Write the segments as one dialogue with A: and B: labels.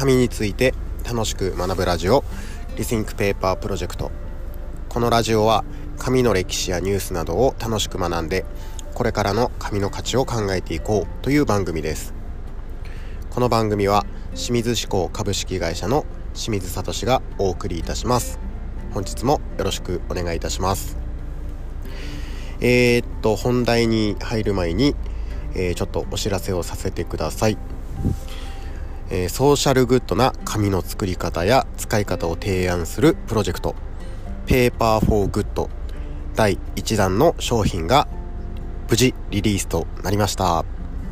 A: 紙について楽しく学ぶラジオリシンクペーパープロジェクト。このラジオは紙の歴史やニュースなどを楽しく学んで、これからの紙の価値を考えていこうという番組です。この番組は清水志向株式会社の清水聡がお送りいたします。本日もよろしくお願いいたします。本題に入る前に、ちょっとお知らせをさせてください。ソーシャルグッドな紙の作り方や使い方を提案するプロジェクトペーパーフォーグッド第1弾の商品が無事リリースとなりました。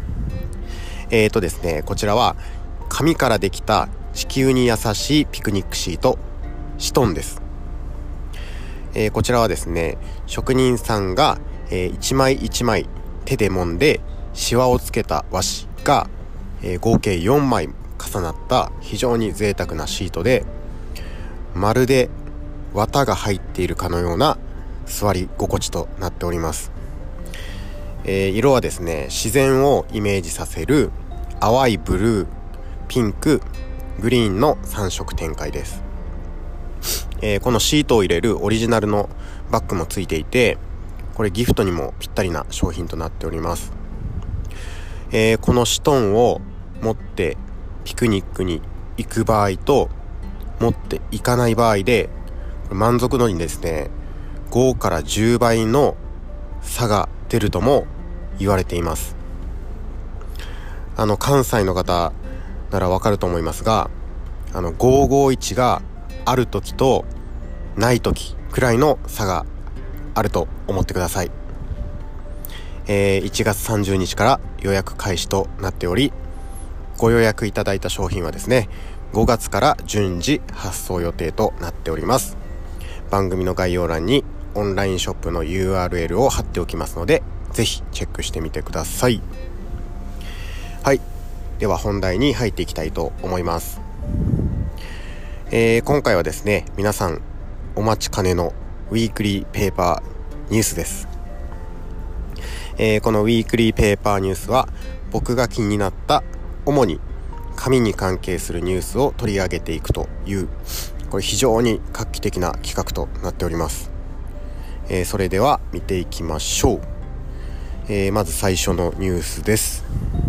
A: ですね、こちらは紙からできた地球に優しいピクニックシートシトンです。こちらはですね、職人さんが、一枚一枚手で揉んでシワをつけた和紙が、合計4枚重なった非常に贅沢なシートで、まるで綿が入っているかのような座り心地となっております。色はですね、自然をイメージさせる淡いブルー、ピンク、グリーンの3色展開です。このシートを入れるオリジナルのバッグもついていて、これギフトにもぴったりな商品となっております。このシトンを持ってピクニックに行く場合と持って行かない場合で、満足度にですね5から10倍の差が出るとも言われています。関西の方ならわかると思いますが、551がある時とない時くらいの差があると思ってください。1月30日から予約開始となっており、ご予約いただいた商品はですね、5月から順次発送予定となっております。番組の概要欄にオンラインショップの URL を貼っておきますので、ぜひチェックしてみてください。はい、では本題に入っていきたいと思います。今回はですね、皆さんお待ちかねのウィークリーペーパーニュースです。このウィークリーペーパーニュースは、僕が気になった主に紙に関係するニュースを取り上げていくという、これ非常に画期的な企画となっております。それでは見ていきましょう。まず最初のニュースです。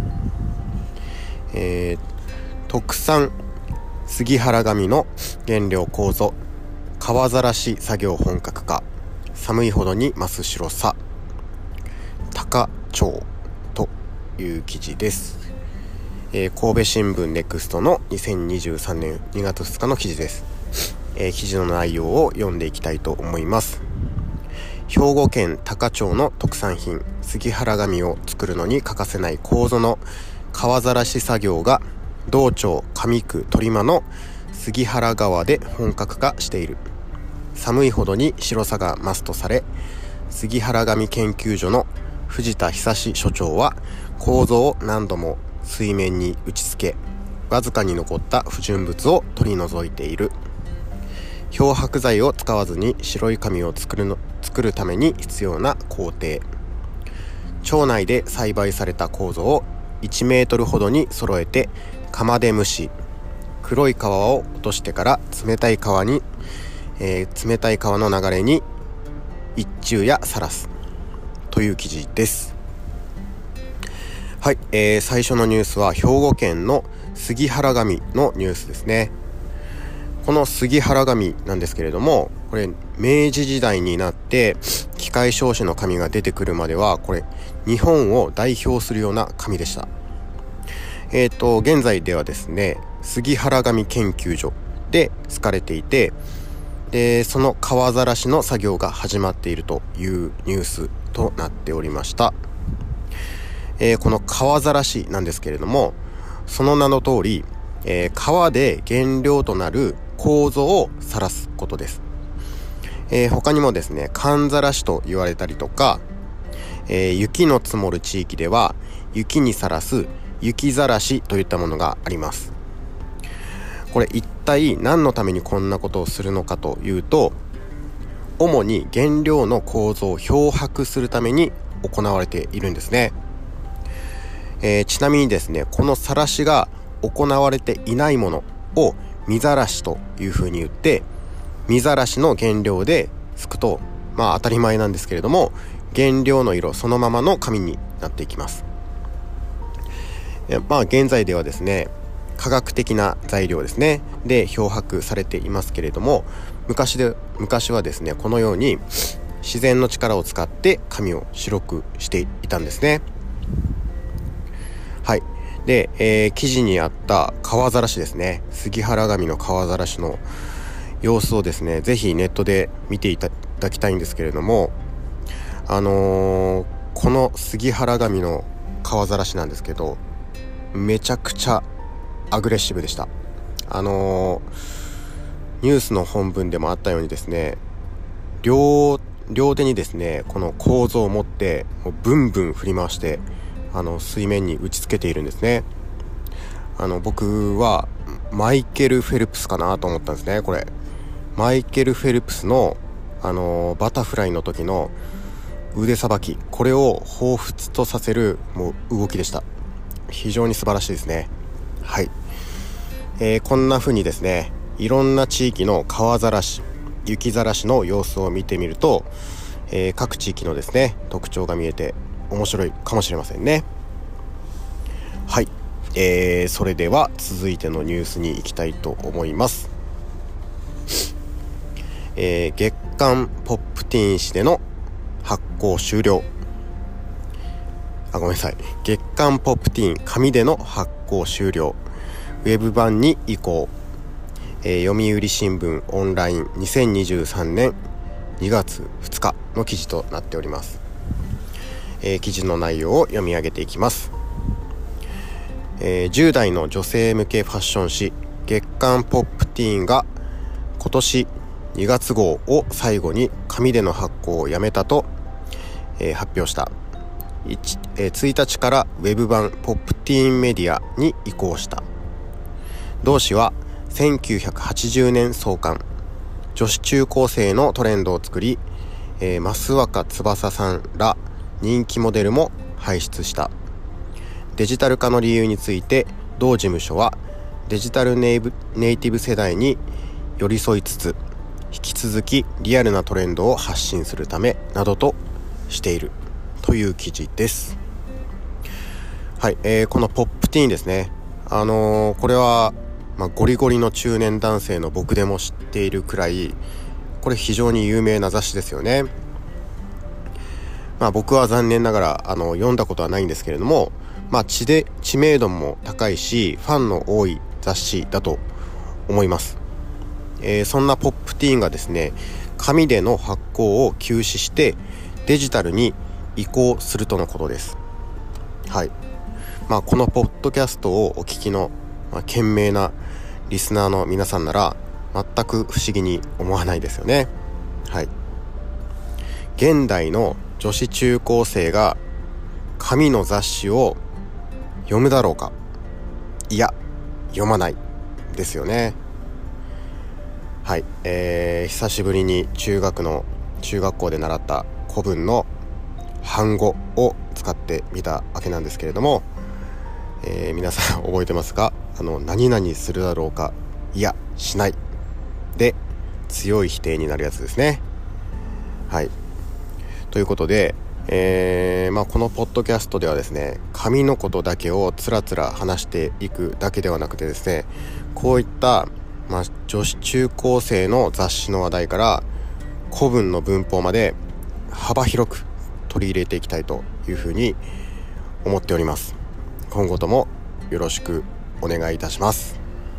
A: 特産杉原紙の原料楮川ざらし作業本格化、寒いほどに増す白さ、高町という記事です。神戸新聞ネクストの2023年2月2日の記事です。記事の内容を読んでいきたいと思います。兵庫県高町の特産品杉原紙を作るのに欠かせない楮の川ざらし作業が道庁上区鳥間の杉原川で本格化している。寒いほどに白さが増すとされ、杉原紙研究所の藤田久志所長は楮を何度も水面に打ち付け、わずかに残った不純物を取り除いている。漂白剤を使わずに白い紙を作るために必要な工程。町内で栽培された楮を1メートルほどに揃えて釜で蒸し、黒い皮を落としてから冷たい皮の流れに一昼夜さらすという記事です。はい、最初のニュースは兵庫県の杉原紙のニュースですね。この杉原紙なんですけれども、これ明治時代になって機械証紙の紙が出てくるまでは、これ日本を代表するような紙でした。現在ではですね、杉原紙研究所で使われていて、でその川ざらしの作業が始まっているというニュースとなっておりました。この川ざらしなんですけれども、その名の通り、川で原料となる楮をさらすことです。他にもですね、寒ざらしと言われたりとか、雪の積もる地域では雪にさらす雪ざらしといったものがあります。これ一体何のためにこんなことをするのかというと、主に原料の楮を漂白するために行われているんですね。ちなみにですね、このさらしが行われていないものを実ざらしという風に言って、実ざらしの原料ですくと、当たり前なんですけれども、原料の色そのままの紙になっていきます。現在ではですね、科学的な材料ですねで漂白されていますけれども、昔はですね、このように自然の力を使って紙を白くしていたんですね。はい。で、記事にあった川ざらしですね、杉原紙の川ざらしの様子をですね、ぜひネットで見ていただきたいんですけれども、この杉原紙の川ざらしなんですけど、めちゃくちゃアグレッシブでした。ニュースの本文でもあったようにですね、両手にですね、この構造を持ってブンブン振り回して水面に打ち付けているんですね。僕はマイケル・フェルプスかなと思ったんですね。これマイケル・フェルプスのバタフライの時の腕さばき、これを彷彿とさせる動きでした。非常に素晴らしいですね。はい。こんな風にですね、いろんな地域の川ざらし、雪ざらしの様子を見てみると、各地域のですね特徴が見えて面白いかもしれませんね。はい。それでは続いてのニュースに行きたいと思います。月刊ポップティーン誌での発行終了。ごめんなさい。月刊ポップティーン紙での発行終了。ウェブ版に移行。読売新聞オンライン2023年2月2日の記事となっております。記事の内容を読み上げていきます。10代の女性向けファッション誌月刊ポップティーンが今年2月号を最後に紙での発行をやめたと、発表した。1日からウェブ版ポップティーンメディアに移行した。同誌は1980年創刊、女子中高生のトレンドを作り、増若翼さんら人気モデルも輩出した。デジタル化の理由について同事務所は、デジタルネイティブ世代に寄り添いつつ引き続きリアルなトレンドを発信するためなどとしているという記事です。はい。このポップティーンですね、これはゴリゴリの中年男性の僕でも知っているくらい、これ非常に有名な雑誌ですよね。僕は残念ながら読んだことはないんですけれども、知名度も高いしファンの多い雑誌だと思います。そんなポップティーンがですね、紙での発行を休止してデジタルに移行するとのことです。はい。このポッドキャストをお聞きの賢明なリスナーの皆さんなら全く不思議に思わないですよね。はい。現代の女子中高生が紙の雑誌を読むだろうか。いや、読まないですよね。はい。久しぶりに中学校で習った古文の範語を使ってみたわけなんですけれども、皆さん覚えてますか？何々するだろうか、いやしないで強い否定になるやつですね。はい。ということで、このポッドキャストではですね、紙のことだけをつらつら話していくだけではなくてですね、こういった女子中高生の雑誌の話題から古文の文法まで幅広く取り入れていきたいというふうに思っております。今後ともよろしくお願いいたします。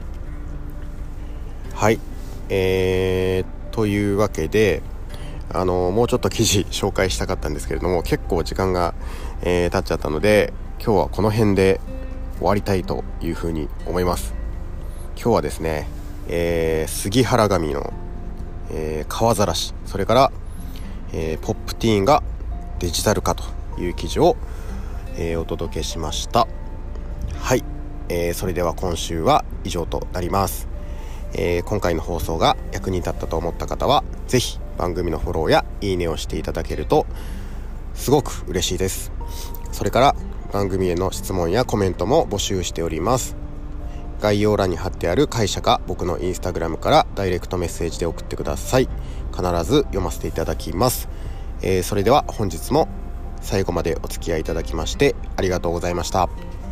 A: はい。というわけで、もうちょっと記事紹介したかったんですけれども、結構時間が、経っちゃったので、今日はこの辺で終わりたいというふうに思います。今日はですね、杉原紙の、川ざらし、それから、ポップティーンがデジタル化という記事を、お届けしました。はい。それでは今週は以上となります。今回の放送が役に立ったと思った方はぜひ番組のフォローやいいねをしていただけるとすごく嬉しいです。それから番組への質問やコメントも募集しております。 概要欄に貼ってある会社か僕のインスタグラムからダイレクトメッセージで送ってください。必ず読ませていただきます。それでは本日も最後までお付き合いいただきましてありがとうございました。